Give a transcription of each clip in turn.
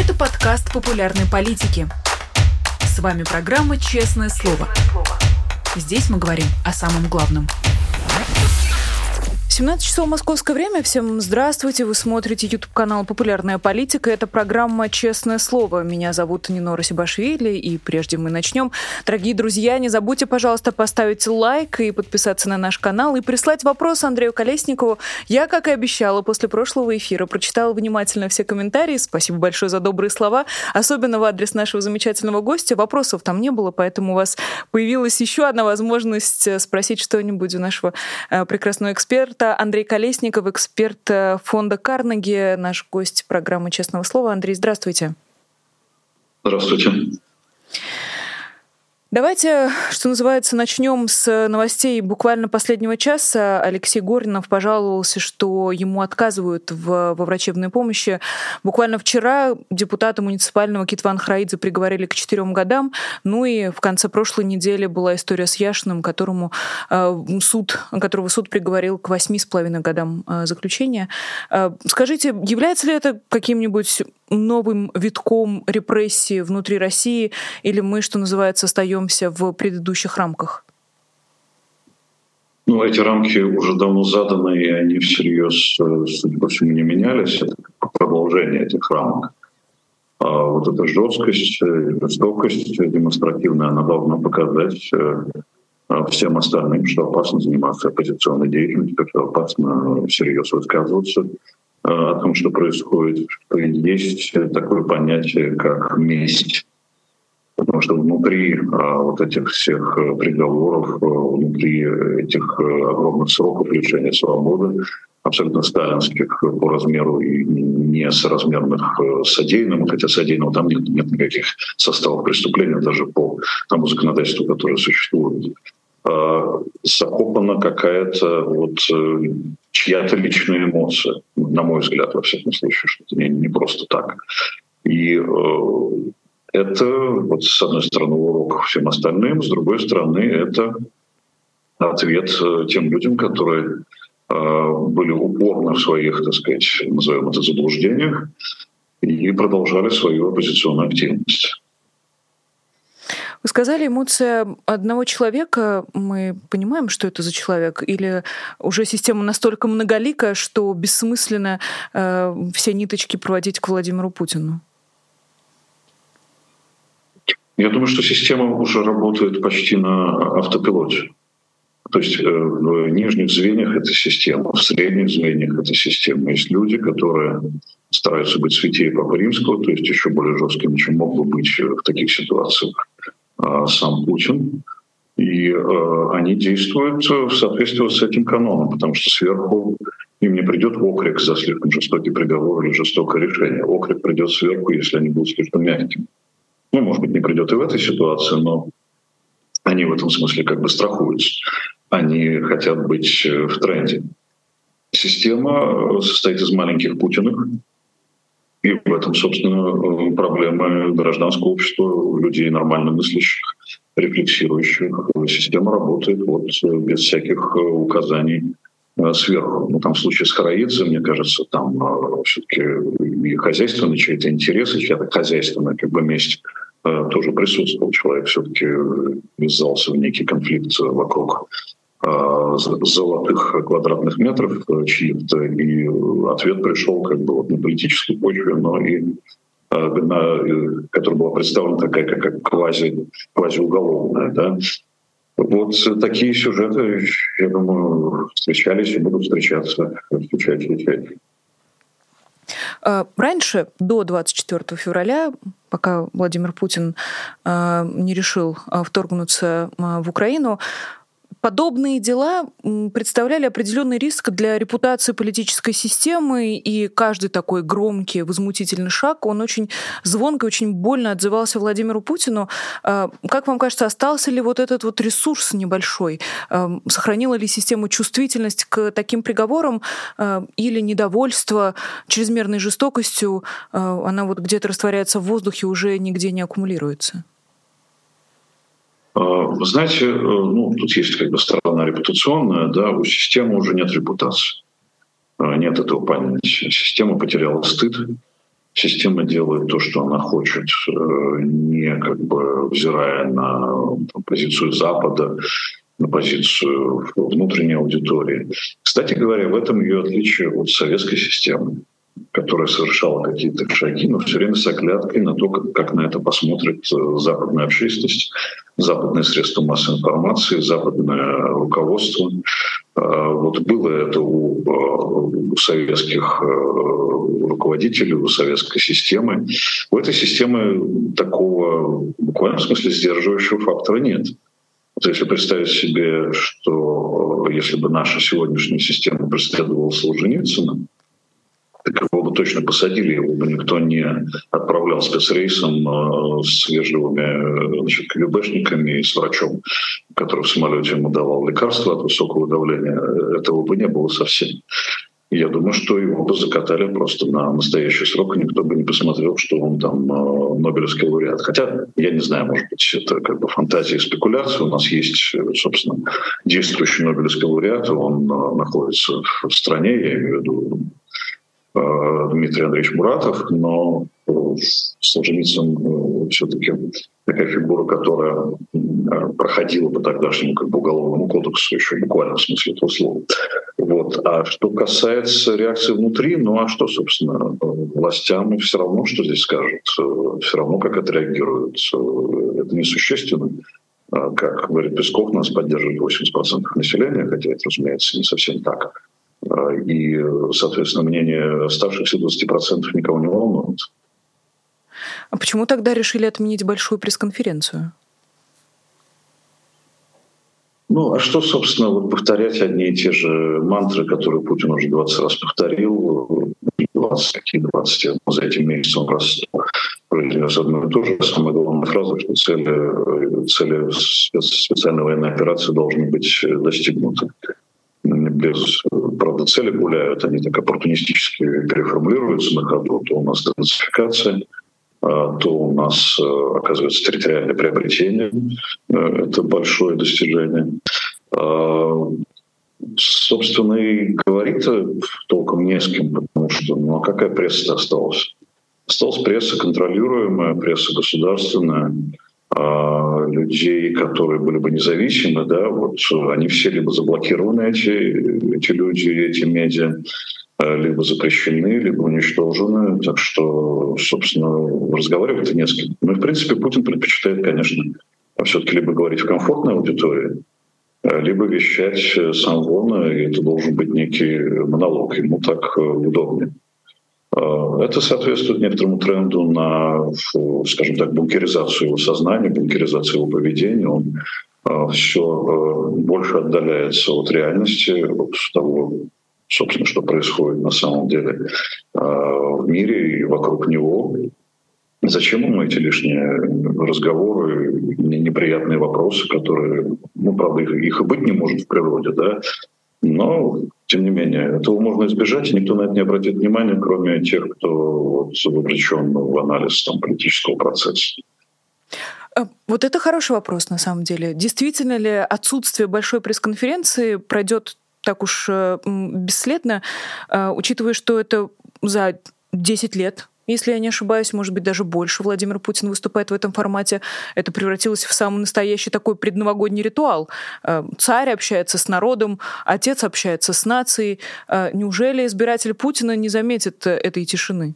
Это подкаст популярной политики. С вами программа «Честное слово». Здесь мы говорим о самом главном. 17 часов московское время. Всем здравствуйте. Вы смотрите YouTube-канал «Популярная политика». Это программа «Честное слово». Меня зовут Нинора Сибашвили. И прежде мы начнем, дорогие друзья, не забудьте, пожалуйста, поставить лайк и подписаться на наш канал, и прислать вопрос Андрею Колесникову. Я, как и обещала, после прошлого эфира прочитала внимательно все комментарии. Спасибо большое за добрые слова, особенно в адрес нашего замечательного гостя. Вопросов там не было, поэтому у вас появилась еще одна возможность спросить что-нибудь у нашего прекрасного эксперта. Андрей Колесников, эксперт фонда Карнеги, наш гость программы «Честного слова». Андрей, здравствуйте. Здравствуйте. Давайте, что называется, начнем с новостей буквально последнего часа. Алексей Горинов пожаловался, что ему отказывают во врачебной помощи. Буквально вчера депутата муниципального Китван Храидзе приговорили к 4 годам. Ну и в конце прошлой недели была история с Яшиным, которого суд приговорил к 8,5 годам заключения. Скажите, является ли это каким-нибудь новым витком репрессий внутри России, или мы, что называется, остаемся в предыдущих рамках? Эти рамки уже давно заданы, и они всерьез, судя по всему, не менялись. Это продолжение этих рамок. Вот эта жесткость, жестокость демонстративная, она должна показать всем остальным, что опасно заниматься оппозиционной деятельностью, что опасно всерьез высказываться о том, что происходит. Есть такое понятие, как месть. Потому что внутри вот этих всех приговоров, внутри этих огромных сроков лишения свободы, абсолютно сталинских по размеру и несоразмерных содеянным, хотя содеянного там нет никаких составов преступления, даже по тому законодательству, которое существует, закопана какая-то чья-то личная эмоция, на мой взгляд, во всяком случае, что это не просто так. И это, с одной стороны, урок всем остальным, с другой стороны, это ответ тем людям, которые были упорны в своих, так сказать, назовем это, заблуждениях и продолжали свою оппозиционную активность. Вы сказали, эмоция одного человека. Мы понимаем, что это за человек? Или уже система настолько многолика, что бессмысленно все ниточки проводить к Владимиру Путину? Я думаю, что система уже работает почти на автопилоте. То есть в нижних звеньях это система, в средних звеньях это система. Есть люди, которые стараются быть святее Папы Римского, то есть еще более жесткими, чем мог бы быть в таких ситуациях сам Путин. И они действуют в соответствии с этим каноном, потому что сверху им не придет окрик за слишком жестокий приговор или жестокое решение. Окрик придет сверху, если они будут слишком мягкими. Может быть, не придет и в этой ситуации, но они в этом смысле как бы страхуются. Они хотят быть в тренде. Система состоит из маленьких Путиных, и в этом, собственно, проблема гражданского общества, людей нормально мыслящих, рефлексирующих. Система работает без всяких указаний сверху. Там в случае с Хараидзе, мне кажется, там все-таки и хозяйственный чей-то интерес, и чья-то хозяйственная месть тоже присутствовал. Человек все-таки ввязался в некий конфликт вокруг золотых квадратных метров чьих-то, и ответ пришел на политической почве, но и которая была представлена такая, как квазиуголовная. Да? Такие сюжеты, я думаю, встречались и будут встречаться. Встречать. Раньше, до 24 февраля, пока Владимир Путин не решил вторгнуться в Украину, подобные дела представляли определенный риск для репутации политической системы, и каждый такой громкий, возмутительный шаг, он очень звонко, очень больно отзывался Владимиру Путину. Как вам кажется, остался ли этот ресурс небольшой? Сохранила ли система чувствительность к таким приговорам, или недовольство чрезмерной жестокостью, она где-то растворяется в воздухе, уже нигде не аккумулируется? Вы знаете, тут есть сторона репутационная, да, у системы уже нет репутации. Нет этого понятия. Система потеряла стыд, Система делает то, что она хочет, не взирая на позицию Запада, на позицию внутренней аудитории. Кстати говоря, в этом ее отличие от советской системы, которая совершала какие-то шаги, но все время с оглядкой на то, как на это посмотрит западная общественность, западные средства массовой информации, западное руководство. Вот было это у советских руководителей, у советской системы. У этой системы такого, в буквальном смысле, сдерживающего фактора нет. Вот если представить себе, что если бы наша сегодняшняя система преследовала Солженицына, так его бы точно посадили, его бы никто не отправлял спецрейсом с вежливыми КГБшниками и с врачом, который в самолете ему давал лекарства от высокого давления. Этого бы не было совсем. Я думаю, что его бы закатали просто на настоящий срок, и никто бы не посмотрел, что он там Нобелевский лауреат. Хотя, я не знаю, может быть, это фантазия и спекуляция. У нас есть, собственно, действующий Нобелевский лауреат, он находится в стране, я имею в виду Дмитрий Андреевич Муратов, но Солженицын все-таки такая фигура, которая проходила по тогдашнему уголовному кодексу, еще в буквальном смысле этого слова. Вот. А что касается реакции внутри, а что, собственно, властям все равно, что здесь скажут, все равно, как отреагируют. Это несущественно. Как говорит Песков, нас поддерживает 80% населения, хотя это, разумеется, не совсем так. И, соответственно, мнение оставшихся 20% никого не волнует. А почему тогда решили отменить большую пресс-конференцию? А что, собственно, повторять одни и те же мантры, которые Путин уже 20 раз повторил, 20 за эти месяцы он раз произнес одно и то же. Самая главная фраза, что цели специальной военной операции должны быть достигнуты. Правда, цели гуляют, они так оппортунистически переформулируются на ходу. То у нас денацификация, то у нас, оказывается, территориальное приобретение. Это большое достижение. Собственно, и говорить толком не с кем, потому что а какая пресса осталась? Осталась пресса контролируемая, пресса государственная, людей, которые были бы независимы, они все либо заблокированы, эти люди, эти медиа, либо запрещены, либо уничтожены. Так что, собственно, разговаривать не с кем. В принципе, Путин предпочитает, конечно, все-таки либо говорить в комфортной аудитории, либо вещать сам вон, и это должен быть некий монолог. Ему так удобнее. Это соответствует некоторому тренду на, скажем так, бункеризацию его сознания, бункеризацию его поведения. Он все больше отдаляется от реальности, от того, собственно, что происходит на самом деле в мире и вокруг него. Зачем ему эти лишние разговоры, неприятные вопросы, которые, правда, их и быть не может в природе, но, тем не менее, этого можно избежать, и никто на это не обратит внимания, кроме тех, кто вовлечен в анализ политического процесса. Вот это хороший вопрос, на самом деле. Действительно ли отсутствие большой пресс-конференции пройдет так уж бесследно, учитывая, что это за 10 лет, если я не ошибаюсь, может быть, даже больше Владимир Путин выступает в этом формате. Это превратилось в самый настоящий такой предновогодний ритуал. Царь общается с народом, отец общается с нацией. Неужели избиратель Путина не заметит этой тишины?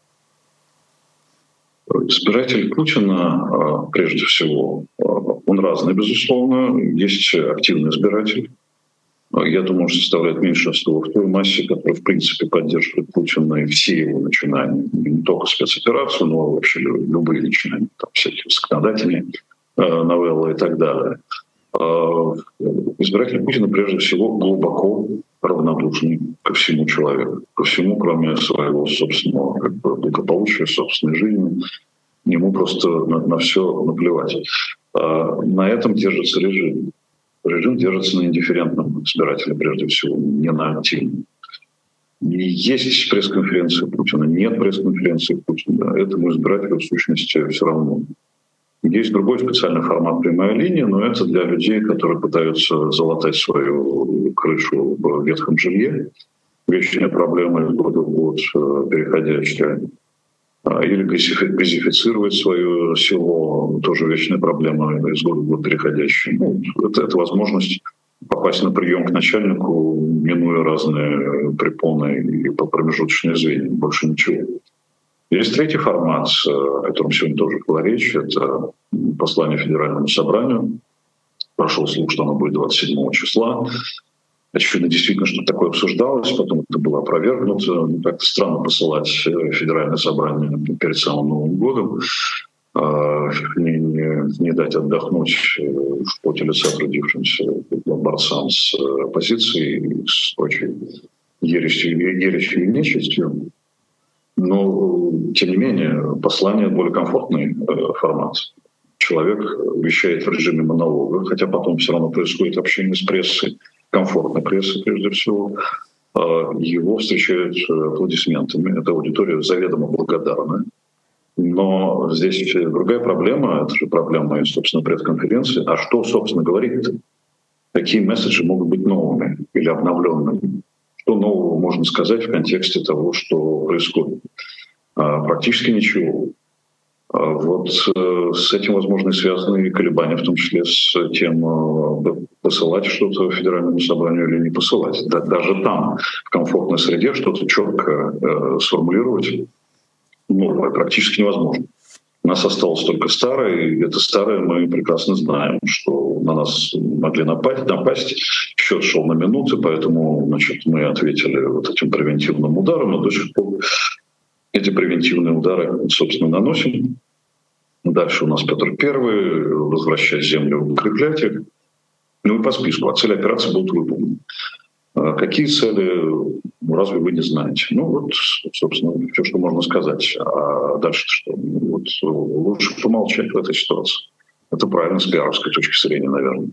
Избиратель Путина, прежде всего, он разный, безусловно. Есть активный избиратель. Я думаю, что составляет меньшинство в той массе, которая, в принципе, поддерживает Путина и все его начинания. Не только спецоперацию, но вообще любые начинания, всякие законодательные новеллы и так далее. Избиратель Путина, прежде всего, глубоко равнодушный ко всему человеку. Ко всему, кроме своего собственного благополучия, собственной жизни. Ему просто на все наплевать. На этом держится режим. Режим держится на индифферентном избирателе, прежде всего, не на активном. Есть пресс-конференция Путина, нет пресс-конференции Путина. Этому избирателю, в сущности, все равно. Есть другой специальный формат «Прямая линия», но это для людей, которые пытаются залатать свою крышу в ветхом жилье. Вечные проблемы из года в год, переходящие или газифицировать свое село, тоже вечная проблема, из года в год переходящая. Это возможность попасть на прием к начальнику, минуя разные препоны и промежуточные звенья, больше ничего. Есть третий формат, о котором сегодня тоже была речь, это послание Федеральному собранию. Прошел слух, что оно будет 27 числа. Очевидно, действительно, что такое обсуждалось, потом это было опровергнуто. Как-то странно посылать Федеральное собрание перед самым Новым годом, не дать отдохнуть в поте лица трудившимся борцам с оппозицией, с прочей ересью и нечистью. Но, тем не менее, послание — более комфортный формат. Человек вещает в режиме монолога, хотя потом все равно происходит общение с прессой, комфортной прессой прежде всего. Его встречают аплодисментами. Эта аудитория заведомо благодарна. Но здесь другая проблема, это же проблема, собственно, пресс-конференции. А что, собственно, говорить-то? Какие месседжи могут быть новыми или обновленными? Что нового можно сказать в контексте того, что происходит? Практически ничего. Вот с этим, возможно, и связаны колебания, в том числе с тем, посылать что-то Федеральному собранию или не посылать. Даже там, в комфортной среде, что-то четко сформулировать новое практически невозможно. У нас осталось только старое, и это старое мы прекрасно знаем, что на нас могли напасть. Счет шел на минуты, поэтому, мы ответили вот этим превентивным ударом, и до сих пор эти превентивные удары, собственно, наносим. Дальше у нас Петр I, возвращать землю, укреплять их. И по списку. А цели операции будут выполнены. Какие цели, разве вы не знаете? Собственно, все, что можно сказать. А дальше что? Лучше помолчать в этой ситуации. Это правильно с пиаровской точки зрения, наверное.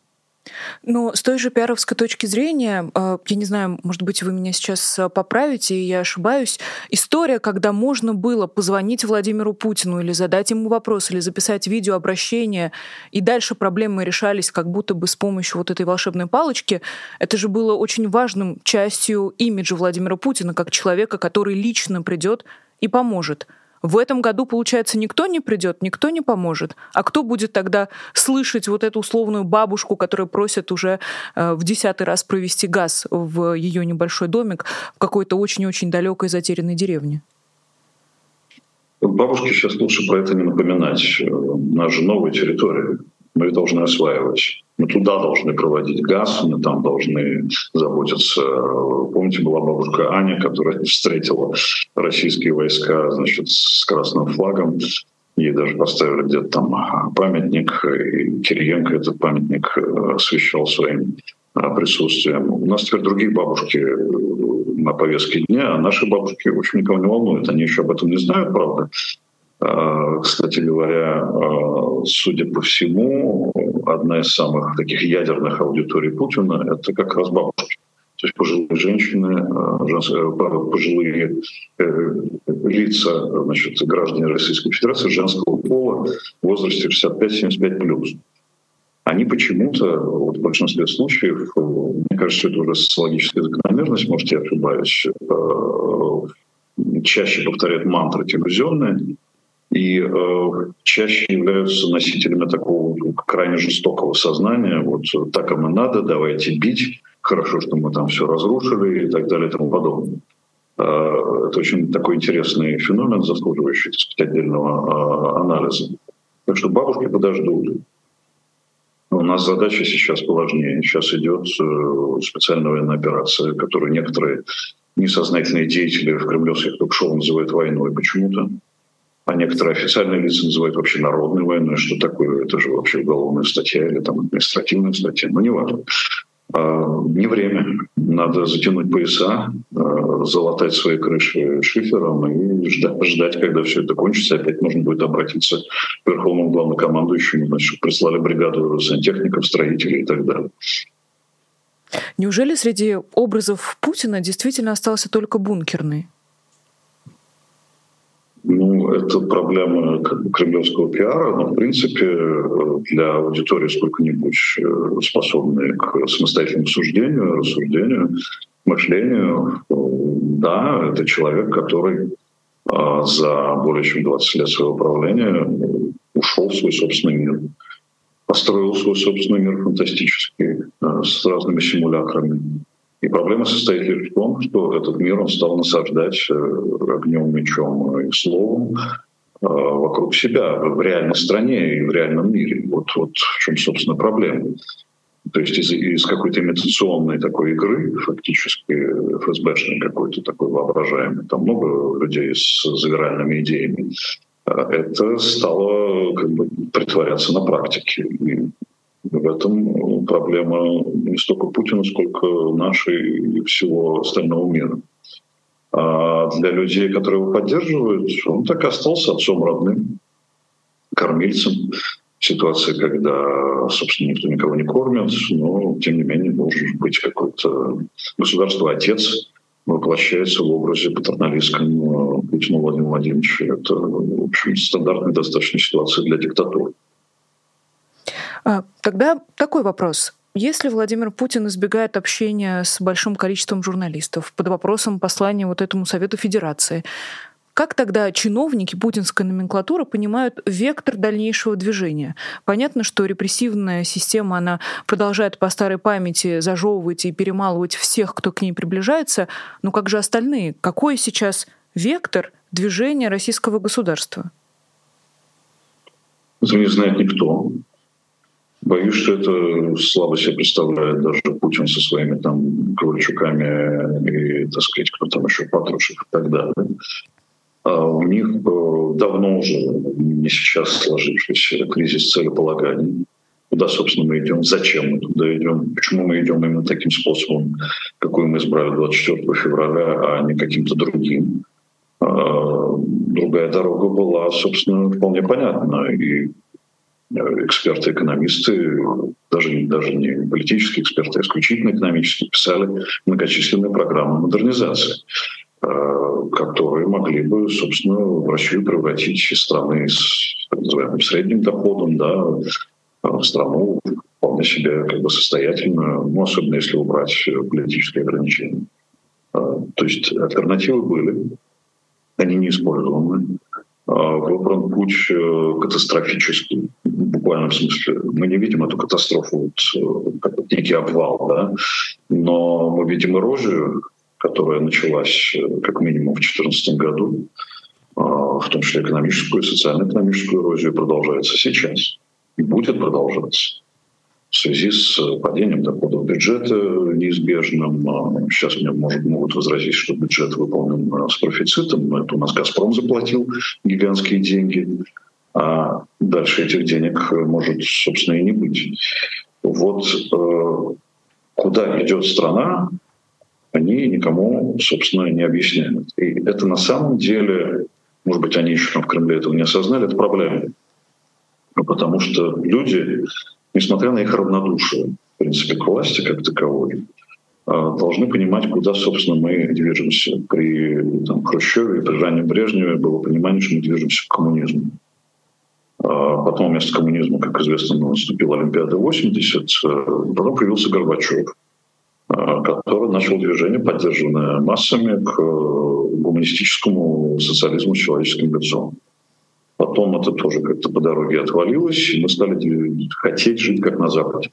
Но с той же пиаровской точки зрения, я не знаю, может быть, вы меня сейчас поправите, и я ошибаюсь, история, когда можно было позвонить Владимиру Путину или задать ему вопрос, или записать видеообращение, и дальше проблемы решались как будто бы с помощью вот этой волшебной палочки, это же было очень важным частью имиджа Владимира Путина как человека, который лично придет и поможет. В этом году, получается, никто не придет, никто не поможет. А кто будет тогда слышать вот эту условную бабушку, которая просит уже в 10-й раз провести газ в ее небольшой домик в какой-то очень-очень далекой затерянной деревне? Бабушке сейчас лучше про это не напоминать. У нас же новая территория. Мы ее должны осваивать. Мы туда должны проводить газ, мы там должны заботиться. Помните, была бабушка Аня, которая встретила российские войска, с красным флагом. Ей даже поставили где-то там памятник, и Кириенко этот памятник освещал своим присутствием. У нас теперь другие бабушки на повестке дня, а наши бабушки, в общем, никого не волнуют. Они еще об этом не знают, правда. Кстати говоря, судя по всему, одна из самых таких ядерных аудиторий Путина — это как раз бабушки. То есть пожилые женщины, пожилые лица, граждане Российской Федерации женского пола в возрасте 65-75+. Они почему-то, в большинстве случаев, мне кажется, это уже социологическая закономерность, может, я ошибаюсь, чаще повторяют мантры телевизионные, и чаще являются носителями такого крайне жестокого сознания. Вот так им и надо, давайте бить, хорошо, что мы там все разрушили и так далее и тому подобное. Это очень такой интересный феномен, заслуживающий, так сказать, отдельного анализа. Так что бабушки подождут. У нас задача сейчас поважнее. Сейчас идет специальная военная операция, которую некоторые несознательные деятели в кремлевских ток-шоу называют войной почему-то. А некоторые официальные лица называют вообще народной войной. Что такое? Это же вообще уголовная статья или там административная статья. Но не важно. Не время. Надо затянуть пояса, залатать свои крыши шифером и ждать, когда все это кончится. Опять нужно будет обратиться к верховному главнокомандующему, чтобы прислали бригаду сантехников, строителей и так далее. Неужели среди образов Путина действительно остался только бункерный? Это проблема кремлевского пиара, но, в принципе, для аудитории сколько-нибудь способной к самостоятельному суждению, рассуждению, мышлению, да, это человек, который за более чем 20 лет своего правления ушел в свой собственный мир, построил свой собственный мир фантастический, с разными симулякрами. И проблема состоит лишь в том, что этот мир он стал насаждать огнем, мечом и словом вокруг себя, в реальной стране и в реальном мире. Вот в чем, собственно, проблема. То есть из какой-то имитационной такой игры, фактически ФСБшной какой-то такой воображаемой, там много людей с завиральными идеями, это стало как бы притворяться на практике. И в этом проблема не столько Путина, сколько нашей и всего остального мира. А для людей, которые его поддерживают, он так и остался отцом родным, кормильцем. Ситуация, когда, собственно, никто никого не кормит, но, тем не менее, должен быть какой-то государство-отец, воплощается в образе патерналистском Путина Владимира Владимировича. Это, в общем, стандартная достаточно ситуация для диктатуры. Тогда такой вопрос. Если Владимир Путин избегает общения с большим количеством журналистов под вопросом послания вот этому Совету Федерации, как тогда чиновники путинской номенклатуры понимают вектор дальнейшего движения? Понятно, что репрессивная система, она продолжает по старой памяти зажевывать и перемалывать всех, кто к ней приближается, но как же остальные? Какой сейчас вектор движения российского государства? Это не знает никто. Боюсь, что это слабо себе представляет даже Путин со своими там Ковальчуками и, так сказать, кто там еще, Патрушев и так далее. А у них давно уже, не сейчас сложившийся кризис целеполагания. Куда, собственно, мы идем, зачем мы туда идем, почему мы идем именно таким способом, какой мы избрали 24 февраля, а не каким-то другим. Другая дорога была, собственно, вполне понятна. И эксперты, экономисты, даже не политические эксперты, а исключительно экономические, писали многочисленные программы модернизации, которые могли бы, собственно, Россию превратить из страны с так называемым средним доходом, да, в страну вполне себе как бы состоятельную, ну, особенно если убрать политические ограничения. То есть альтернативы были, они не использованы. Выбран путь катастрофический, в буквальном смысле. Мы не видим эту катастрофу, как некий обвал, да? Но мы видим эрозию, которая началась как минимум в 2014 году, в том числе экономическую и социально-экономическую эрозию, продолжается сейчас и будет продолжаться. В связи с падением доходов бюджета неизбежным. Сейчас мне могут возразить, что бюджет выполнен с профицитом, но это у нас «Газпром» заплатил гигантские деньги, а дальше этих денег может, собственно, и не быть. Вот куда идет страна, они никому, собственно, не объясняют. И это на самом деле, может быть, они еще в Кремле этого не осознали, это проблема. Потому что люди, несмотря на их равнодушие, в принципе, к власти как таковой, должны понимать, куда, собственно, мы движемся. При Хрущеве и при раннем Брежневе было понимание, что мы движемся к коммунизму. Потом вместо коммунизма, как известно, наступила Олимпиада 80, потом появился Горбачев, который начал движение, поддержанное массами, к гуманистическому социализму с человеческим лицом. Потом это тоже как-то по дороге отвалилось, и мы стали хотеть жить как на Западе.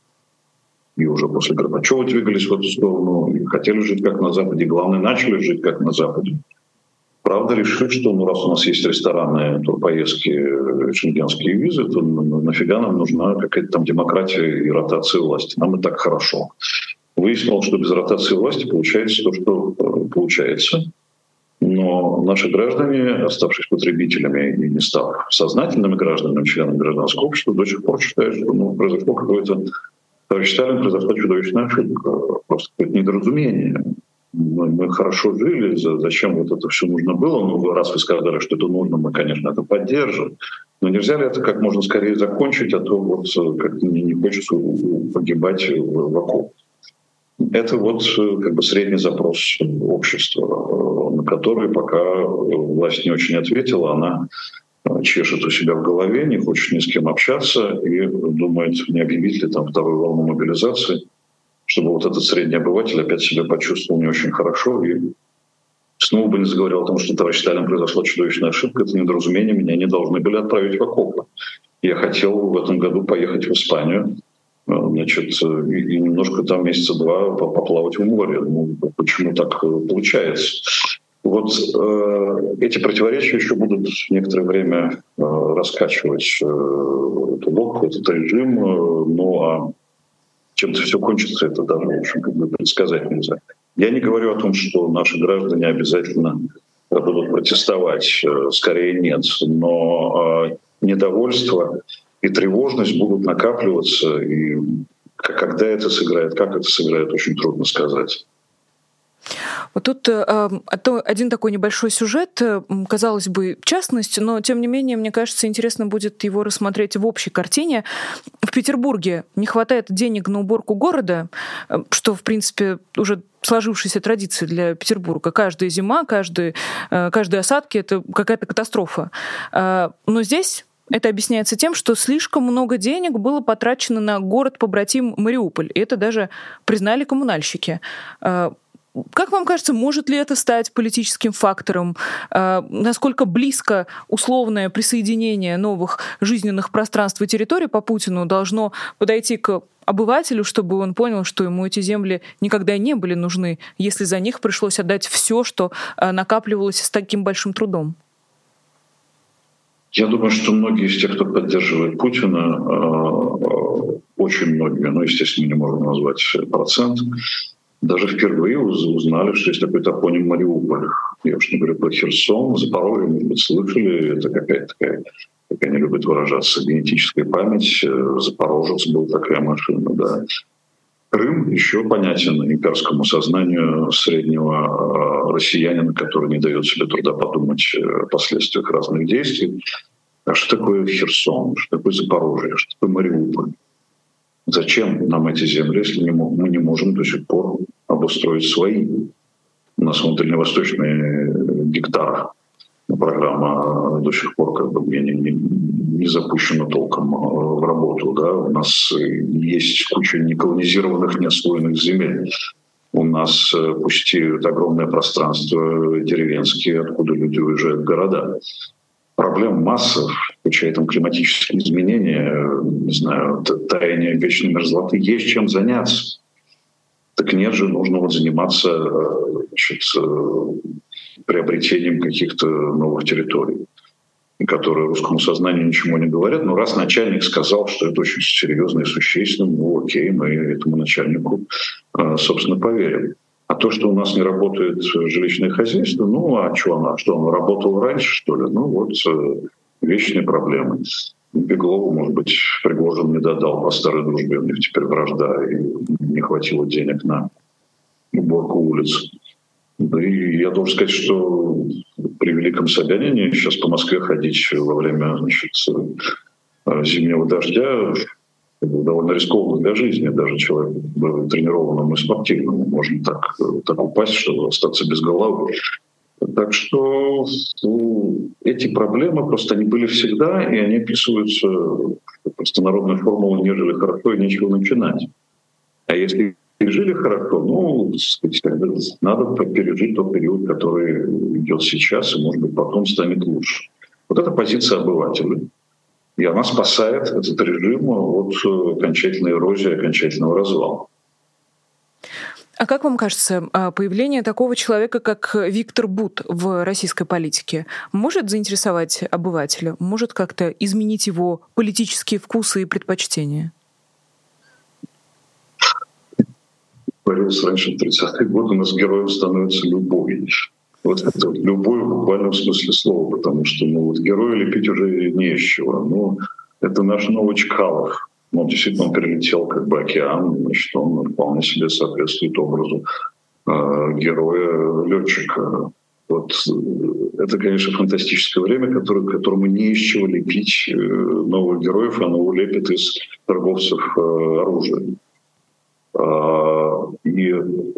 И уже после Горбачева двигались в эту сторону, и хотели жить как на Западе, и, главное, начали жить как на Западе. Правда, решили, что раз у нас есть рестораны, турпоездки, шенгенские визы, то нафига нам нужна какая-то там демократия и ротация власти? Нам и так хорошо. Выяснилось, что без ротации власти получается то, что получается. Но наши граждане, оставшись потребителями и не став сознательными гражданами, членами гражданского общества, до сих пор считают, что произошло какое-то... Товарищ Сталин, произошла чудовищная ошибка, просто какое-то недоразумение. Мы хорошо жили, зачем вот это все нужно было? Ну, раз вы сказали, что это нужно, мы, конечно, это поддержим. Но нельзя ли это как можно скорее закончить, а то вот как не хочется погибать в окопах. Это вот как бы средний запрос общества, на который пока власть не очень ответила. Она чешет у себя в голове, не хочет ни с кем общаться и думает, не объявить ли там вторую волну мобилизации, чтобы вот этот средний обыватель опять себя почувствовал не очень хорошо и снова бы не заговорил о том, что товарищ Сталин произошла чудовищная ошибка, это недоразумение, меня не должны были отправить в окопы. Я хотел в этом году поехать в Испанию, значит, и немножко там месяца 2 поплавать в море. Ну, почему так получается? Вот эти противоречия еще будут некоторое время раскачивать эту лодку, этот режим, ну а чем-то все кончится, это даже, в общем, как бы предсказать нельзя. Я не говорю о том, что наши граждане обязательно будут протестовать, скорее нет, но недовольство и тревожность будут накапливаться, и когда это сыграет, как это сыграет, очень трудно сказать. Вот тут один такой небольшой сюжет, казалось бы, частность, но, тем не менее, мне кажется, интересно будет его рассмотреть в общей картине. В Петербурге не хватает денег на уборку города, что, в принципе, уже сложившаяся традиция для Петербурга. Каждая зима, каждые осадки — это какая-то катастрофа. Но здесь это объясняется тем, что слишком много денег было потрачено на город-побратим Мариуполь. И это даже признали коммунальщики. Как вам кажется, может ли это стать политическим фактором? Насколько близко условное присоединение новых жизненных пространств и территорий по Путину должно подойти к обывателю, чтобы он понял, что ему эти земли никогда не были нужны, если за них пришлось отдать все, что накапливалось с таким большим трудом? Я думаю, что многие из тех, кто поддерживает Путина, очень многие, ну, естественно, не можно назвать процент, даже впервые узнали, что есть такой топоним Мариуполь. Я уж не говорю про Херсон, Запорожье, может быть, слышали. Это какая-то такая, как они любят выражаться, генетическая память. Запорожец был такая машина, да. Крым еще понятен имперскому сознанию среднего россиянина, который не дает себе труда подумать о последствиях разных действий. А что такое Херсон? Что такое Запорожье? Что такое Мариуполь? Зачем нам эти земли, если мы не можем до сих пор обустроить свои? У нас вон дальневосточный гектар программа до сих пор как бы не запущена толком в работу. Да? У нас есть куча неколонизированных, неосвоенных земель. У нас пустеют огромное пространство деревенские, откуда люди уезжают в города. Проблем масса, включая там климатические изменения, не знаю, таяние вечной мерзлоты. Есть чем заняться. Так нет же, нужно вот заниматься, значит, приобретением каких-то новых территорий, которые русскому сознанию ничего не говорят. Но раз начальник сказал, что это очень серьезно и существенно, ну окей, мы этому начальнику, собственно, поверим. А то, что у нас не работает жилищное хозяйство, ну а что оно? Что оно работало раньше, что ли? Ну вот вечные проблемы. Беглову, может быть, Пригожин не додал по старой дружбе, у них теперь вражда, и не хватило денег на уборку улиц. И я должен сказать, что при Великом Собянине сейчас по Москве ходить во время, значит, зимнего дождя довольно рискованно для жизни. Даже человек тренированному и спортивному можно так упасть, чтобы остаться без головы. Так что эти проблемы просто они были всегда, и они описываются просто народной формулой «не жили хорошо и нечего начинать». А если жили хорошо, ну, надо пережить тот период, который идет сейчас, и, может быть, потом станет лучше. Вот это позиция обывателя. И она спасает этот режим от окончательной эрозии, окончательного развала. А как вам кажется, появление такого человека, как Виктор Бут в российской политике, может заинтересовать обывателя, может как-то изменить его политические вкусы и предпочтения? Говорилось раньше, в 30-е годы у нас героем становится любой. Вот это вот любой в буквальном смысле слова, потому что вот героя лепить уже не из чего. Но это наш новый Чкалов. Он действительно перелетел как бы океан, значит, он вполне себе соответствует образу героя-летчика. Вот это, конечно, фантастическое время, которому не из чего лепить новых героев, оно лепит из торговцев оружием. И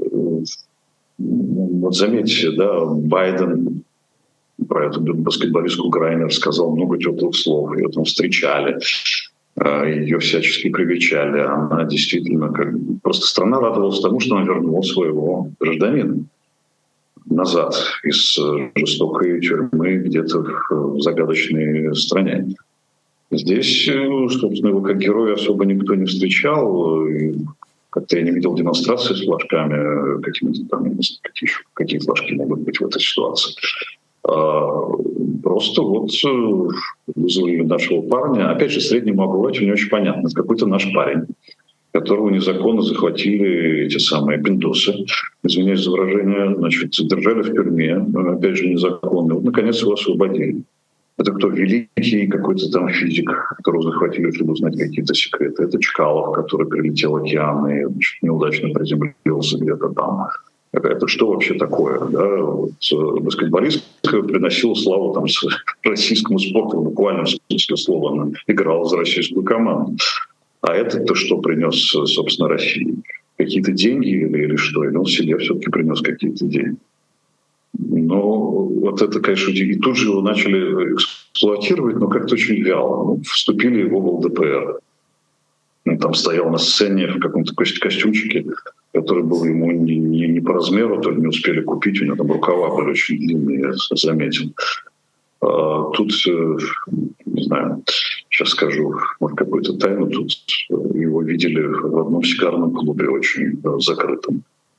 вот заметьте, да, Байден про эту баскетболистку Грайнер сказал много теплых слов, ее там встречали, ее всячески привечали. Она действительно, просто страна радовалась тому, что она вернула своего гражданина. назад из жестокой тюрьмы где-то в загадочной стране. Здесь, собственно, его как героя особо никто не встречал. И как-то я не видел демонстрации с флажками, какими-то там, какие флажки могут быть в этой ситуации. Просто вот вызвали нашего парня. Опять же, среднему обывателю не очень понятно. Это какой-то наш парень, которого незаконно захватили эти самые пиндосы. Извиняюсь за выражение, значит, задержали в тюрьме, опять же, незаконно. Вот, наконец, его освободили. Это кто? Великий какой-то там физик, которого захватили, чтобы узнать какие-то секреты. Это Чкалов, который перелетел океан и неудачно приземлился где-то там. Это что вообще такое? Да? Вот, баскетболист приносил славу там, российскому спорту, в буквальном смысле слова. Она играла за российскую команду. А этот-то что принес, собственно, России? Какие-то деньги или что? Или он себе все-таки принес какие-то деньги? Но вот это, конечно, и тут же его начали эксплуатировать, но как-то очень вяло. Ну, вступили его в ЛДПР. Он там стоял на сцене в каком-то костюмчике, который был ему не по размеру, то не успели купить, у него там рукава были очень длинные, я заметил. Тут, не знаю, сейчас скажу, может, какую-то тайну, тут его видели в одном сигарном клубе очень закрытом,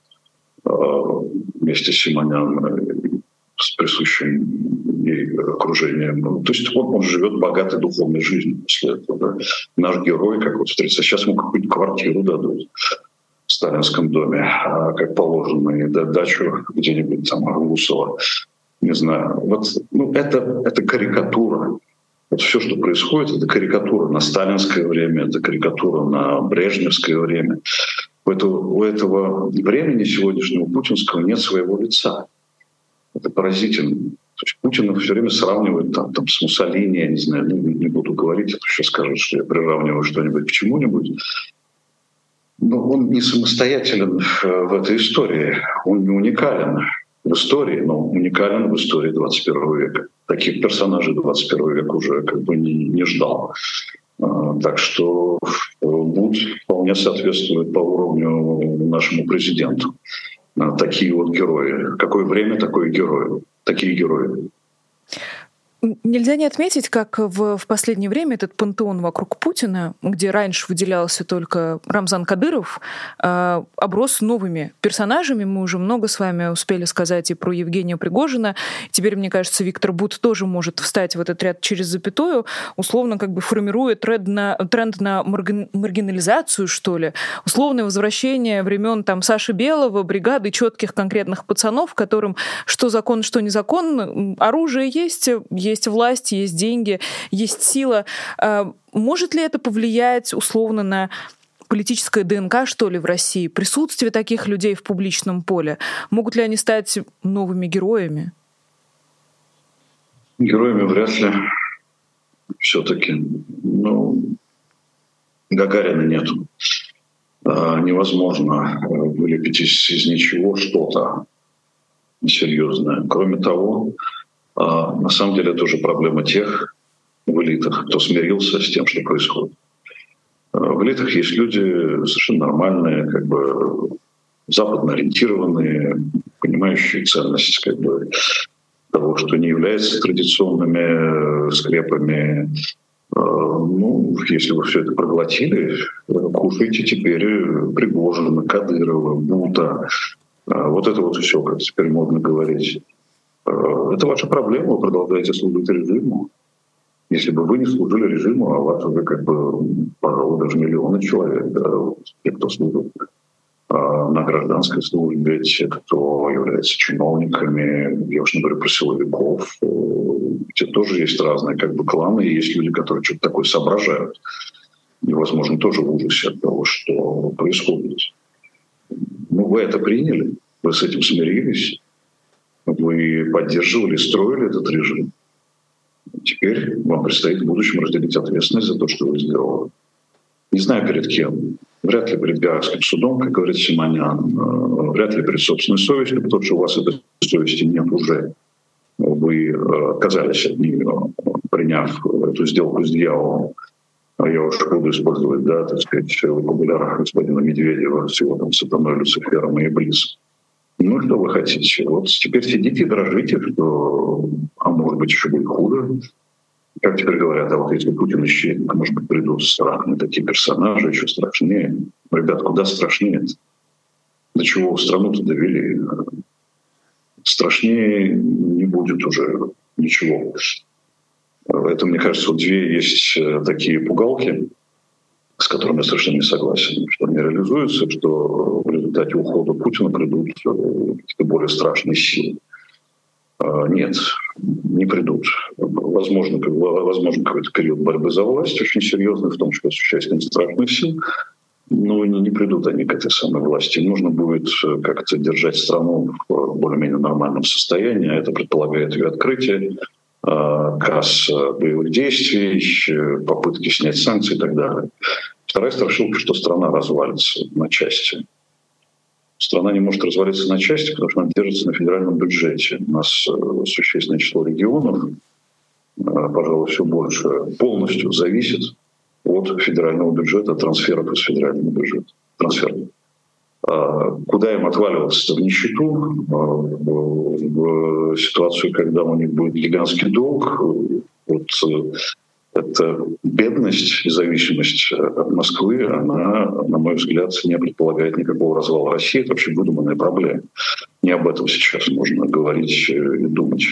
вместе с Симонян, с присущим ей окружением. То есть он живет богатой духовной жизнью после этого. Да? Наш герой, как вот встретится, сейчас ему какую-нибудь квартиру дадут в сталинском доме, как положено, и дачу где-нибудь там в Усово. Не знаю. Вот, это карикатура. Вот все, что происходит, это карикатура на сталинское время, это карикатура на брежневское время. У этого времени сегодняшнего путинского нет своего лица. Это поразительно. То есть Путина все время сравнивают там, с Муссолини, я не знаю, не буду говорить, а то сейчас скажут, что я приравниваю что-нибудь к чему-нибудь. Но он не самостоятелен в этой истории. Он не уникален в истории, но уникален в истории 21 века. Таких персонажей 21 век уже как бы не ждал. Так что Буд вполне соответствует по уровню нашему президенту. Такие вот герои. Какое время, такое герои. Такие герои. Нельзя не отметить, как в последнее время этот пантеон вокруг Путина, где раньше выделялся только Рамзан Кадыров, оброс новыми персонажами. Мы уже много с вами успели сказать и про Евгения Пригожина. Теперь, мне кажется, Виктор Буд тоже может встать в этот ряд через запятую, условно как бы формируя тренд на маргинализацию, что ли. Условное возвращение времен там Саши Белого, бригады четких конкретных пацанов, которым что закон, что не закон, оружие есть власть, есть деньги, есть сила. Может ли это повлиять условно на политическое ДНК, что ли, в России? Присутствие таких людей в публичном поле? Могут ли они стать новыми героями? Героями вряд ли. Все-таки. Гагарина нету. Невозможно вылепить из ничего что-то серьезное. Кроме того, на самом деле это уже проблема тех в элитах, кто смирился с тем, что происходит. В элитах есть люди совершенно нормальные, как бы западно ориентированные, понимающие ценность как бы того, что не является традиционными скрепами. Если вы все это проглотили, кушайте теперь Пригожина, Кадырова, Бута. Вот это вот все, как теперь модно говорить. Это ваша проблема, вы продолжаете служить режиму. Если бы вы не служили режиму, а вас уже пожалуй, даже миллионы человек, те, кто служит на гражданской службе, те, кто является чиновниками, я уж не говорю про силовиков, те тоже есть разные кланы, и есть люди, которые что-то такое соображают. И, возможно, тоже в ужасе от того, что происходит. Вы это приняли, вы с этим смирились. Вы поддерживали, строили этот режим. Теперь вам предстоит в будущем разделить ответственность за то, что вы сделали. Не знаю, перед кем. Вряд ли перед Гаагским судом, как говорит Симонян. Вряд ли перед собственной совестью, потому что у вас этой совести нет уже. Вы отказались от нее, приняв эту сделку с дьяволом. Я уж буду использовать, вокабуляр господина Медведева с его сатаной Люцифером и Иблисом. Ну, что вы хотите? Вот теперь сидите и дрожите, что, а может быть, еще будет хуже. Как теперь говорят, а вот если Путин исчезнет, может быть, придут страшные такие персонажи, еще страшнее. Ребят, куда страшнее? До чего страну-то довели? Страшнее не будет уже ничего. Это, мне кажется, вот две есть такие пугалки, с которыми я совершенно не согласен, что они реализуются, что в результате ухода Путина придут какие-то более страшные силы. Нет, не придут. Возможно какой-то период борьбы за власть очень серьезный, в том числе с участием страшных сил, но не придут они к этой самой власти. Им нужно будет как-то держать страну в более-менее нормальном состоянии, а это предполагает ее открытие, касс боевых действий, попытки снять санкции и так далее. Вторая страшилка, что страна развалится на части. Страна не может развалиться на части, потому что она держится на федеральном бюджете. У нас существенное число регионов, пожалуй, все больше, полностью зависит от федерального бюджета, трансферов из федерального бюджета. Трансферов. Куда им отваливаться? В нищету, в ситуацию, когда у них будет гигантский долг, вот эта бедность и зависимость от Москвы, она, на мой взгляд, не предполагает никакого развала России. Это вообще выдуманная проблема. Не об этом сейчас нужно говорить и думать.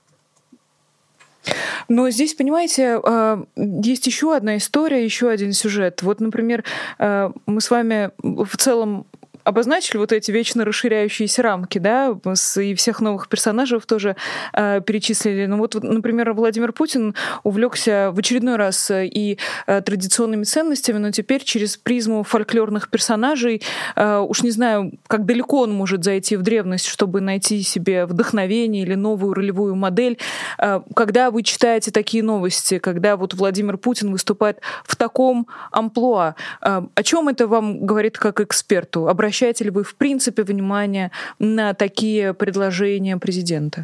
Но здесь, понимаете, есть еще одна история, еще один сюжет. Вот, например, мы с вами в целом обозначили вот эти вечно расширяющиеся рамки, да, и всех новых персонажей тоже перечислили. Ну вот, например, Владимир Путин увлекся в очередной раз и традиционными ценностями, но теперь через призму фольклорных персонажей. Уж не знаю, как далеко он может зайти в древность, чтобы найти себе вдохновение или новую ролевую модель. Когда вы читаете такие новости, когда вот Владимир Путин выступает в таком амплуа, о чем это вам говорит как эксперту? Обращаете ли вы в принципе внимание на такие предложения президента?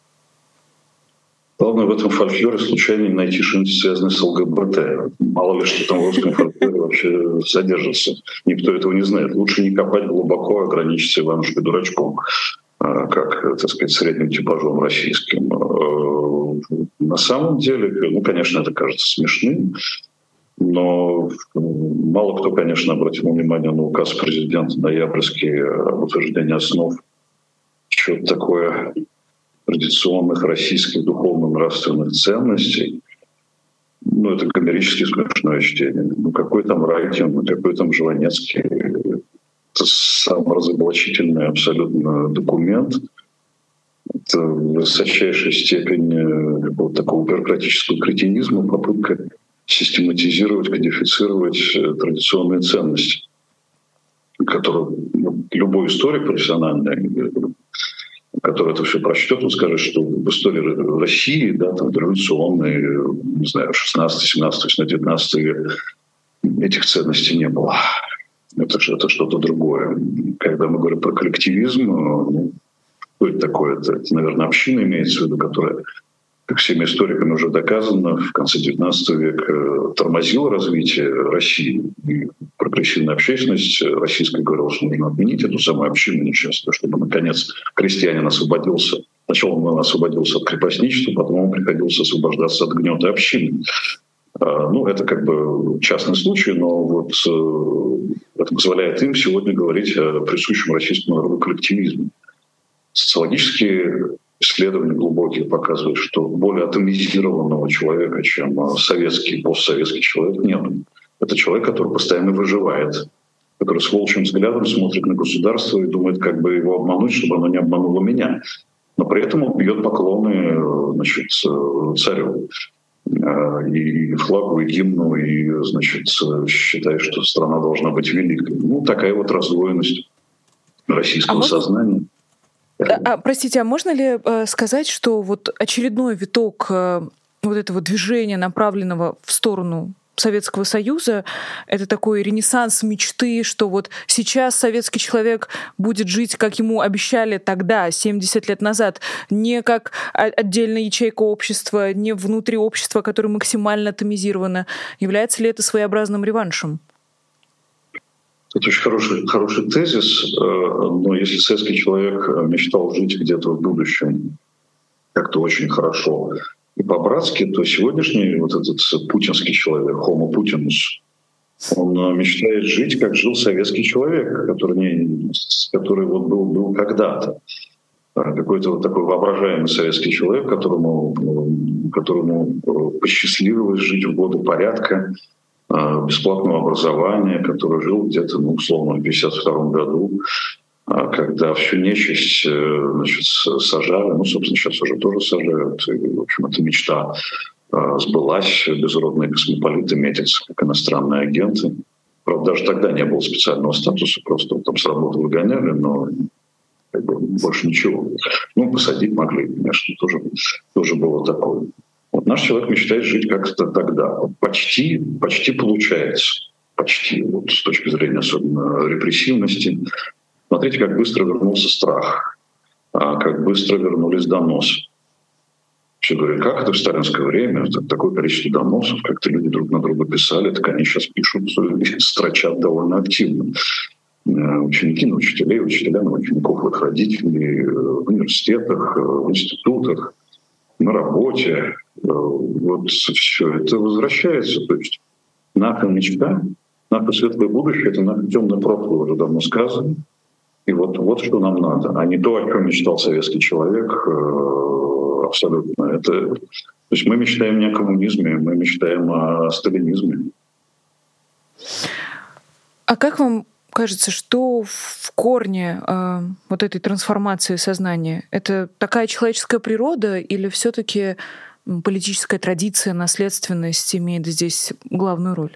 Главное в этом фольклоре случайно не найти что-нибудь связанное с ЛГБТ. Мало ли что там в русском фольклоре вообще содержится. Никто этого не знает. Лучше не копать глубоко, ограничиться Иванушкой-дурачком, как, так сказать, средним типажом российским. На самом деле, ну, конечно, это кажется смешным, но мало кто, конечно, обратил внимание на указ президента ноябрьский об утверждении основ что-то такое традиционных российских духовно-нравственных ценностей. Ну, это коммерчески смешное чтение. Ну, какой там Райкин, какой там Жванецкий. Это саморазоблачительный абсолютно документ. Это высочайшая степень какого-то такого бюрократического кретинизма, попытка систематизировать, кодифицировать традиционные ценности, которые любой историк профессиональный, который это все прочтет, он скажет, что в истории России, да, там, революционной, не знаю, 16, 17, 19 век, этих ценностей не было. Это что-то другое. Когда мы говорим про коллективизм, ну, что это такое? Это, наверное, община имеется в виду, которая, как всеми историками уже доказано, в конце XIX века тормозила развитие России. И прогрессивная общественность российская говорила, что нужно отменить эту самую общину нечестную, чтобы, наконец, крестьянин освободился. Сначала он освободился от крепостничества, потом ему приходилось освобождаться от гнета общины. Ну, это как бы частный случай, но вот это позволяет им сегодня говорить о присущем российскому народу коллективизме. Социологические исследования глубокие показывают, что более атомизированного человека, чем советский, постсоветский человек, нет. Это человек, который постоянно выживает, который с волчьим взглядом смотрит на государство и думает, как бы его обмануть, чтобы оно не обмануло меня. Но при этом он бьет поклоны, значит, царю и флагу, и гимну, и, значит, считает, что страна должна быть великой. Ну, такая вот раздвоенность российского сознания. Простите, а можно ли сказать, что вот очередной виток вот этого движения, направленного в сторону Советского Союза, это такой ренессанс мечты, что вот сейчас советский человек будет жить, как ему обещали тогда, 70 лет назад, не как отдельная ячейка общества, не внутри общества, которое максимально атомизировано. Является ли это своеобразным реваншем? Это очень хороший тезис, но если советский человек мечтал жить где-то в будущем как-то очень хорошо и по-братски, то сегодняшний вот этот путинский человек, Homo Putinus, он мечтает жить, как жил советский человек, который вот был когда-то. Какой-то вот такой воображаемый советский человек, которому посчастливилось жить в годы порядка, бесплатного образования, который жил где-то, условно, в 1952 году, когда всю нечисть, сажали, собственно, сейчас уже тоже сажают, и, в общем, эта мечта сбылась, безродные космополиты метятся как иностранные агенты. Правда, даже тогда не было специального статуса, просто там с работы выгоняли, но больше ничего. Посадить могли, конечно, тоже было такое. Вот наш человек мечтает жить как-то тогда. Почти получается. Почти. Вот с точки зрения особенно репрессивности. Смотрите, как быстро вернулся страх, как быстро вернулись доносы. Все говорят, как это в сталинское время, такое количество доносов, как-то люди друг на друга писали, так они сейчас пишут и строчат довольно активно. Ученики на учителей, учителя на учеников, их родителей, в университетах, в институтах, на работе. Вот все это возвращается. То есть наша мечта, наше светлое будущее — это наше темное прошлое, уже давно сказано. И вот что нам надо, а не то, о чем мечтал советский человек. Абсолютно. То есть мы мечтаем не о коммунизме, мы мечтаем о сталинизме. А как вам кажется, что в корне вот этой трансформации сознания? Это такая человеческая природа или все-таки политическая традиция, наследственность имеет здесь главную роль?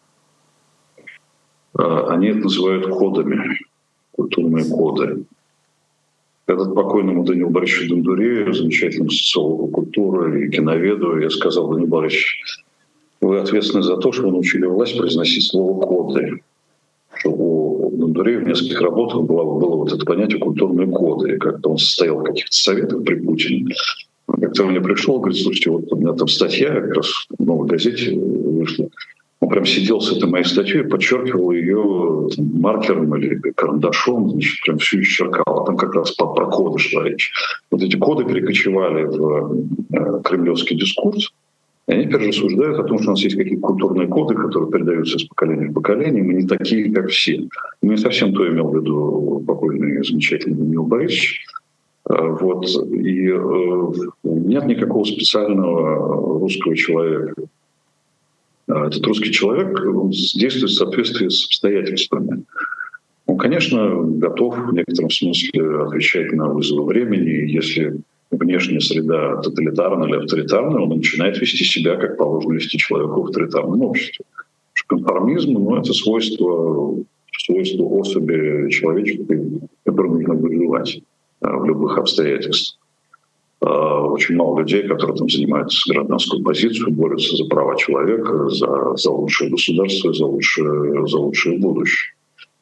Они это называют кодами, культурные коды. Этот покойному Даниилу Борисовичу Дондурею, замечательному социологу культуры и киноведу, я сказал: Даниил Борисович, вы ответственны за то, что вы научили власть произносить слово «коды». Что у Дондурея в нескольких работах было вот это понятие «культурные коды». И как-то он состоял в каких-то советах при Путине. Как-то он мне пришел, говорит: слушайте, вот у меня там статья как раз в «Новой газете» вышла. Он прям сидел с этой моей статьей, подчеркивал ее маркером или карандашом, значит, прям всю исчеркал. А там как раз про коды шла речь. Вот эти коды перекочевали в кремлевский дискурс, и они теперь рассуждают о том, что у нас есть какие-то культурные коды, которые передаются из поколения в поколение, мы не такие, как все. Не совсем то имел в виду покойный замечательный Даниил Борисович. Вот. И нет никакого специального русского человека. Этот русский человек, он действует в соответствии с обстоятельствами. Он, конечно, готов в некотором смысле отвечать на вызовы времени. Если внешняя среда тоталитарна или авторитарна, он начинает вести себя, как положено вести человеку в авторитарном обществе. Конформизм — это свойство особи человеческой, которое нужно выживать в любых обстоятельствах. Очень мало людей, которые там занимаются гражданскую позицию, борются за права человека, за лучшее государство, за лучшее будущее.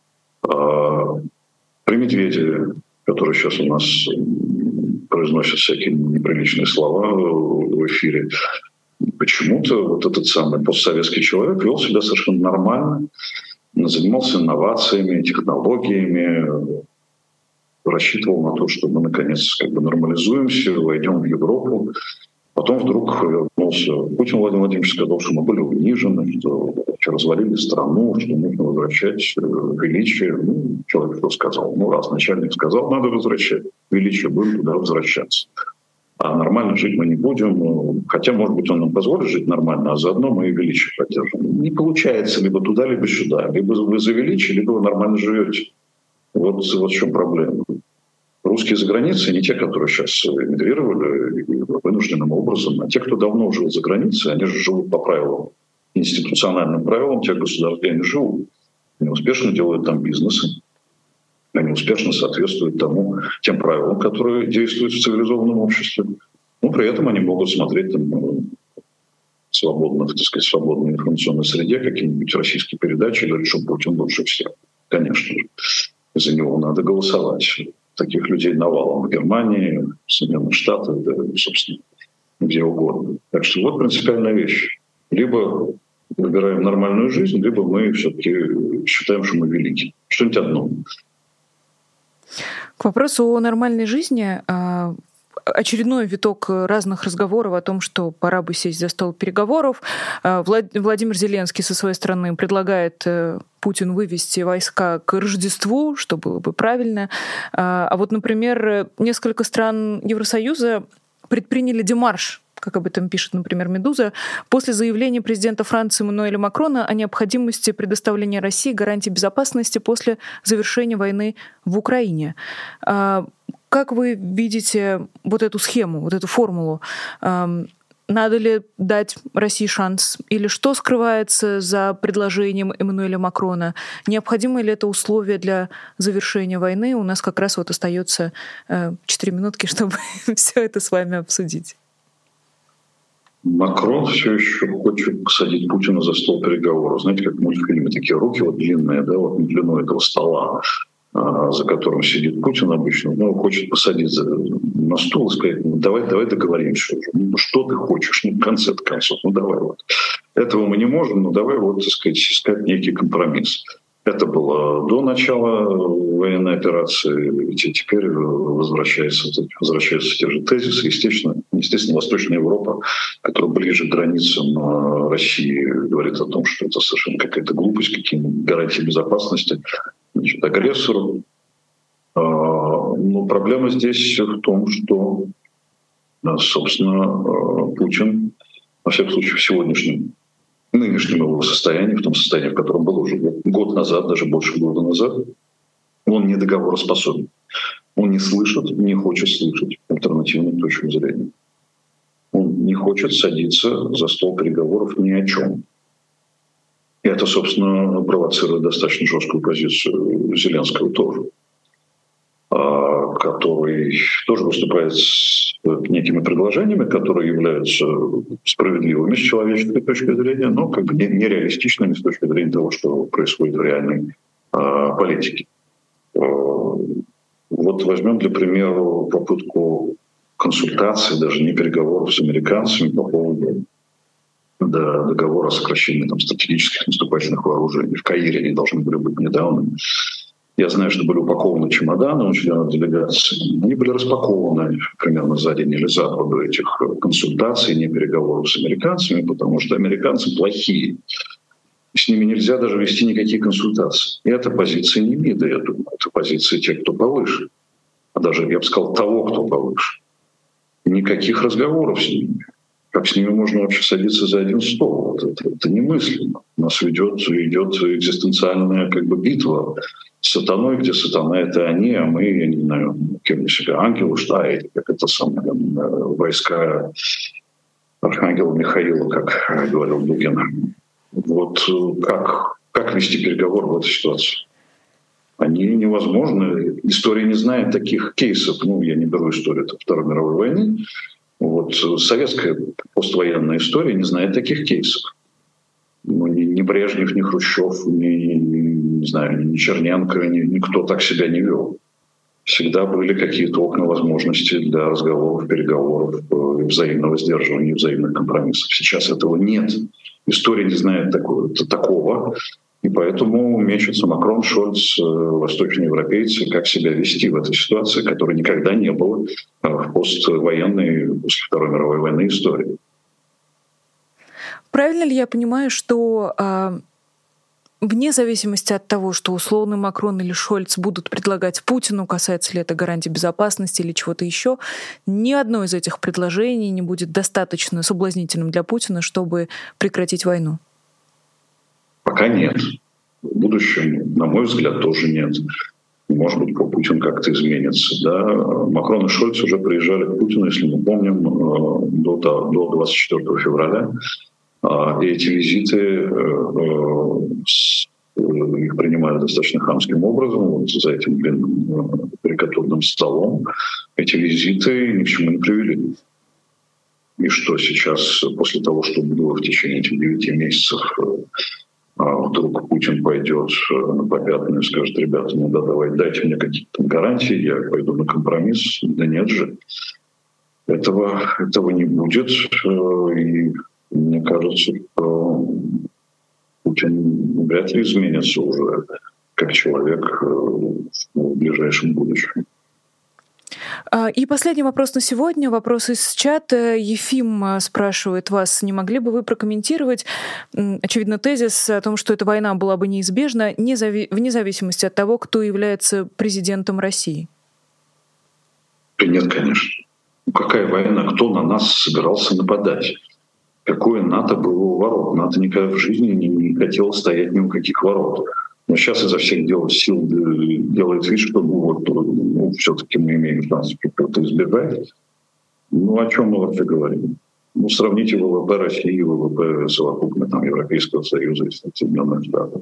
При Медведеве, который сейчас у нас произносит всякие неприличные слова в эфире, почему-то вот этот самый постсоветский человек вел себя совершенно нормально, занимался инновациями, технологиями, рассчитывал на то, что мы, наконец, нормализуемся, войдем в Европу. Потом вдруг вернулся Путин Владимир Владимирович, сказал, что мы были унижены, что развалили страну, что нужно возвращать величие. Человек что сказал? Раз начальник сказал, надо возвращать величие, будем туда возвращаться. А нормально жить мы не будем. Хотя, может быть, он нам позволит жить нормально, а заодно мы и величие поддержим. Не получается либо туда, либо сюда. Либо вы за величие, либо вы нормально живете. Вот в чем проблема. Русские за границей не те, которые сейчас эмигрировали вынужденным образом, а те, кто давно жил за границей, они же живут по правилам, институциональным правилам тех государств, где они живут. Они успешно делают там бизнесы, они успешно соответствуют тем правилам, которые действуют в цивилизованном обществе. Но при этом они могут смотреть свободно, в свободной информационной среде какие-нибудь российские передачи и говорить, что Путин лучше всех. Конечно же. За него надо голосовать. Таких людей навалом в Германии, в Соединенных Штатах, да, собственно, где угодно. Так что вот принципиальная вещь. Либо выбираем нормальную жизнь, либо мы все-таки считаем, что мы велики. Что-нибудь одно. К вопросу о нормальной жизни. Очередной виток разных разговоров о том, что пора бы сесть за стол переговоров. Владимир Зеленский со своей стороны предлагает Путину вывести войска к Рождеству, что было бы правильно. А вот, например, несколько стран Евросоюза предприняли демарш, как об этом пишет, например, «Медуза», после заявления президента Франции Эммануэля Макрона о необходимости предоставления России гарантий безопасности после завершения войны в Украине. Как вы видите вот эту схему, вот эту формулу? Надо ли дать России шанс? Или что скрывается за предложением Эммануэля Макрона? Необходимо ли это условие для завершения войны? У нас как раз вот остается 4 минутки, чтобы все это с вами обсудить. Макрон все еще хочет посадить Путина за стол переговоров. Знаете, как в мультфильме, такие руки вот длинные, да, вот на длину этого стола, за которым сидит Путин обычно, хочет посадить на стол и сказать: давай договоримся уже. Что ты хочешь? В конце концов, давай вот. Этого мы не можем, но давай вот, так сказать, искать некий компромисс. Это было до начала военной операции, и теперь возвращаются те же тезисы. Естественно, Восточная Европа, которая ближе к границам России, говорит о том, что это совершенно какая-то глупость, какие-нибудь гарантии безопасности, значит, агрессору. Но проблема здесь в том, что, собственно, Путин, во всяком случае, в сегодняшнем нынешнем его состоянии, в том состоянии, в котором был уже год назад, даже больше года назад, он не договороспособен. Он не слышит, не хочет слышать альтернативную точку зрения. Он не хочет садиться за стол переговоров ни о чем. И это, собственно, провоцирует достаточно жесткую позицию Зеленского тоже, который тоже выступает с некими предложениями, которые являются справедливыми с человеческой точки зрения, но как бы нереалистичными с точки зрения того, что происходит в реальной политике. Вот возьмем, для примера, попытку консультаций, даже не переговоров с американцами по поводу договора о сокращении стратегических наступательных вооружений. В Каире они должны были быть недавно. Я знаю, что были упакованы чемоданы у членов делегации. Они были распакованы примерно за день или за два до этих консультаций, не переговоров с американцами, потому что американцы плохие. С ними нельзя даже вести никакие консультации. И это позиция не МИДа, я думаю. Это позиция тех, кто повыше. А даже, я бы сказал, того, кто повыше. Никаких разговоров с ними. Как с ними можно вообще садиться за один стол? Это немыслимо. У нас идет экзистенциальная битва с сатаной, где сатана — это они, а мы, я не знаю, кем мы себя, ангелы, штаи, как это самое, войска архангела Михаила, как говорил Дугин. Вот как вести переговоры в этой ситуации? Они невозможны. История не знает таких кейсов. Я не беру историю Второй мировой войны. Вот советская поствоенная история не знает таких кейсов. Ни Брежнев, ни Хрущев, ни Черненко, никто так себя не вел. Всегда были какие-то окна возможностей для разговоров, переговоров, взаимного сдерживания, взаимных компромиссов. Сейчас этого нет. История не знает такого. И поэтому мечутся Макрон, Шольц, восточноевропейцы, как себя вести в этой ситуации, которой никогда не было в поствоенной, после Второй мировой войны истории. Правильно ли я понимаю, что вне зависимости от того, что условный Макрон или Шольц будут предлагать Путину, касается ли это гарантии безопасности или чего-то еще, ни одно из этих предложений не будет достаточно соблазнительным для Путина, чтобы прекратить войну? Пока нет. В будущем, на мой взгляд, тоже нет. Может быть, Путин как-то изменится. Да? Макрон и Шольц уже приезжали к Путину, если мы помним, до 24 февраля. И эти визиты их принимали достаточно хамским образом, вот за этим длинным карикатурным столом. Эти визиты ни к чему не привели. И что сейчас, после того, что было в течение этих 9 месяцев, вдруг Путин пойдет на попятную и скажет: ребята, давай, дайте мне какие-то гарантии, я пойду на компромисс. Да нет же. Этого не будет. И мне кажется, что Путин вряд ли изменится уже как человек в ближайшем будущем. И последний вопрос на сегодня. Вопрос из чата. Ефим спрашивает вас, не могли бы вы прокомментировать, очевидно, тезис о том, что эта война была бы неизбежна вне зависимости от того, кто является президентом России? Нет, конечно. Какая война? Кто на нас собирался нападать? Какое НАТО было у ворот? НАТО никогда в жизни не хотело стоять ни у каких ворот. Но сейчас изо всех сил делает вид, что все-таки мы имеем шанс что-то избежать. О чем мы вообще говорим? Сравните ВВП России и ВВП совокупно Европейского Союза и Соединенных Штатов.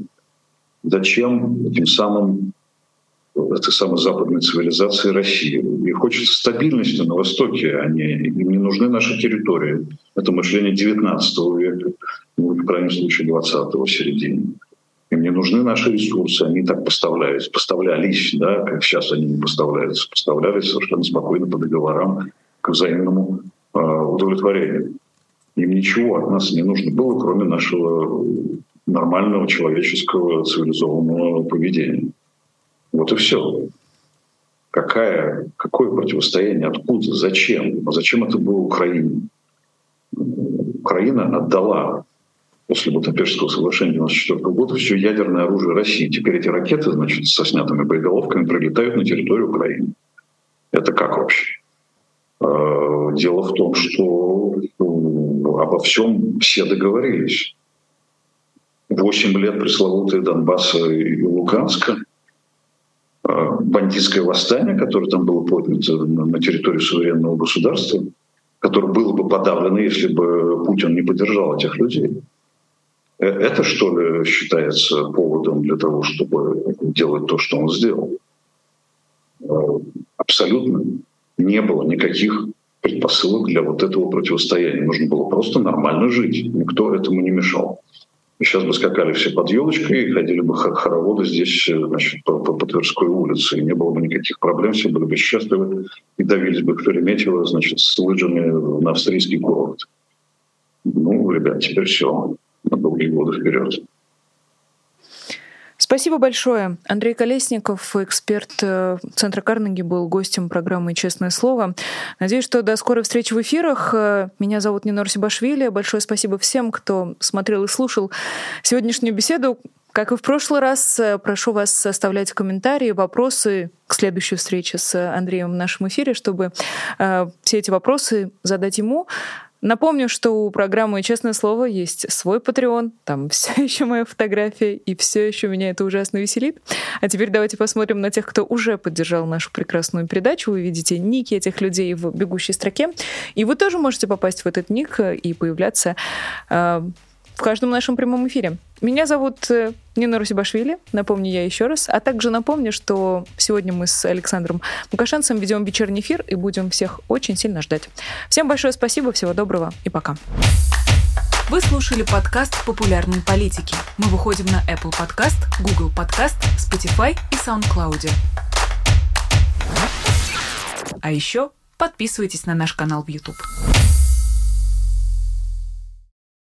Зачем тем самым этой самой западной цивилизации России? И хочется стабильности на Востоке, им не нужны наши территории. Это мышление XIX века, в крайнем случае 20-го, в середине. Им не нужны наши ресурсы, они так поставлялись, да, как сейчас они не поставляются, поставлялись совершенно спокойно по договорам к взаимному удовлетворению. Им ничего от нас не нужно было, кроме нашего нормального человеческого цивилизованного поведения. Вот и все. Какое противостояние, откуда, зачем? Зачем это было Украине? Украина отдала после Будапештского соглашения 1994 года все ядерное оружие России. Теперь эти ракеты, со снятыми боеголовками прилетают на территорию Украины. Это как вообще? Дело в том, что обо всем все договорились. 8 лет пресловутые Донбасса и Луганска, бандитское восстание, которое там было поднято на территории суверенного государства, которое было бы подавлено, если бы Путин не поддержал этих людей. Это, что ли, считается поводом для того, чтобы делать то, что он сделал? Абсолютно не было никаких предпосылок для вот этого противостояния. Нужно было просто нормально жить. Никто этому не мешал. И сейчас бы скакали все под елочкой и ходили бы хороводы здесь, по Тверской улице. И не было бы никаких проблем, все были бы счастливы и давились бы в Шереметьево, с лыжами на австрийский курорт. Ребят, теперь все. На долгие годы вперед. Спасибо большое. Андрей Колесников, эксперт Центра Карнеги, был гостем программы «Честное слово». Надеюсь, что до скорой встречи в эфирах. Меня зовут Нинор Сибашвили. Большое спасибо всем, кто смотрел и слушал сегодняшнюю беседу. Как и в прошлый раз, прошу вас оставлять комментарии, вопросы к следующей встрече с Андреем в нашем эфире, чтобы все эти вопросы задать ему. Напомню, что у программы «Честное слово» есть свой Patreon. Там все еще моя фотография, и все еще меня это ужасно веселит. А теперь давайте посмотрим на тех, кто уже поддержал нашу прекрасную передачу. Вы видите ники этих людей в бегущей строке. И вы тоже можете попасть в этот ник и появляться в каждом нашем прямом эфире. Меня зовут Нинор Сибашвили, напомню я еще раз. А также напомню, что сегодня мы с Александром Лукашенцем ведем вечерний эфир и будем всех очень сильно ждать. Всем большое спасибо, всего доброго и пока. Вы слушали подкаст «Популярной политики». Мы выходим на Apple Podcast, Google Podcast, Spotify и SoundCloud. А еще подписывайтесь на наш канал в YouTube.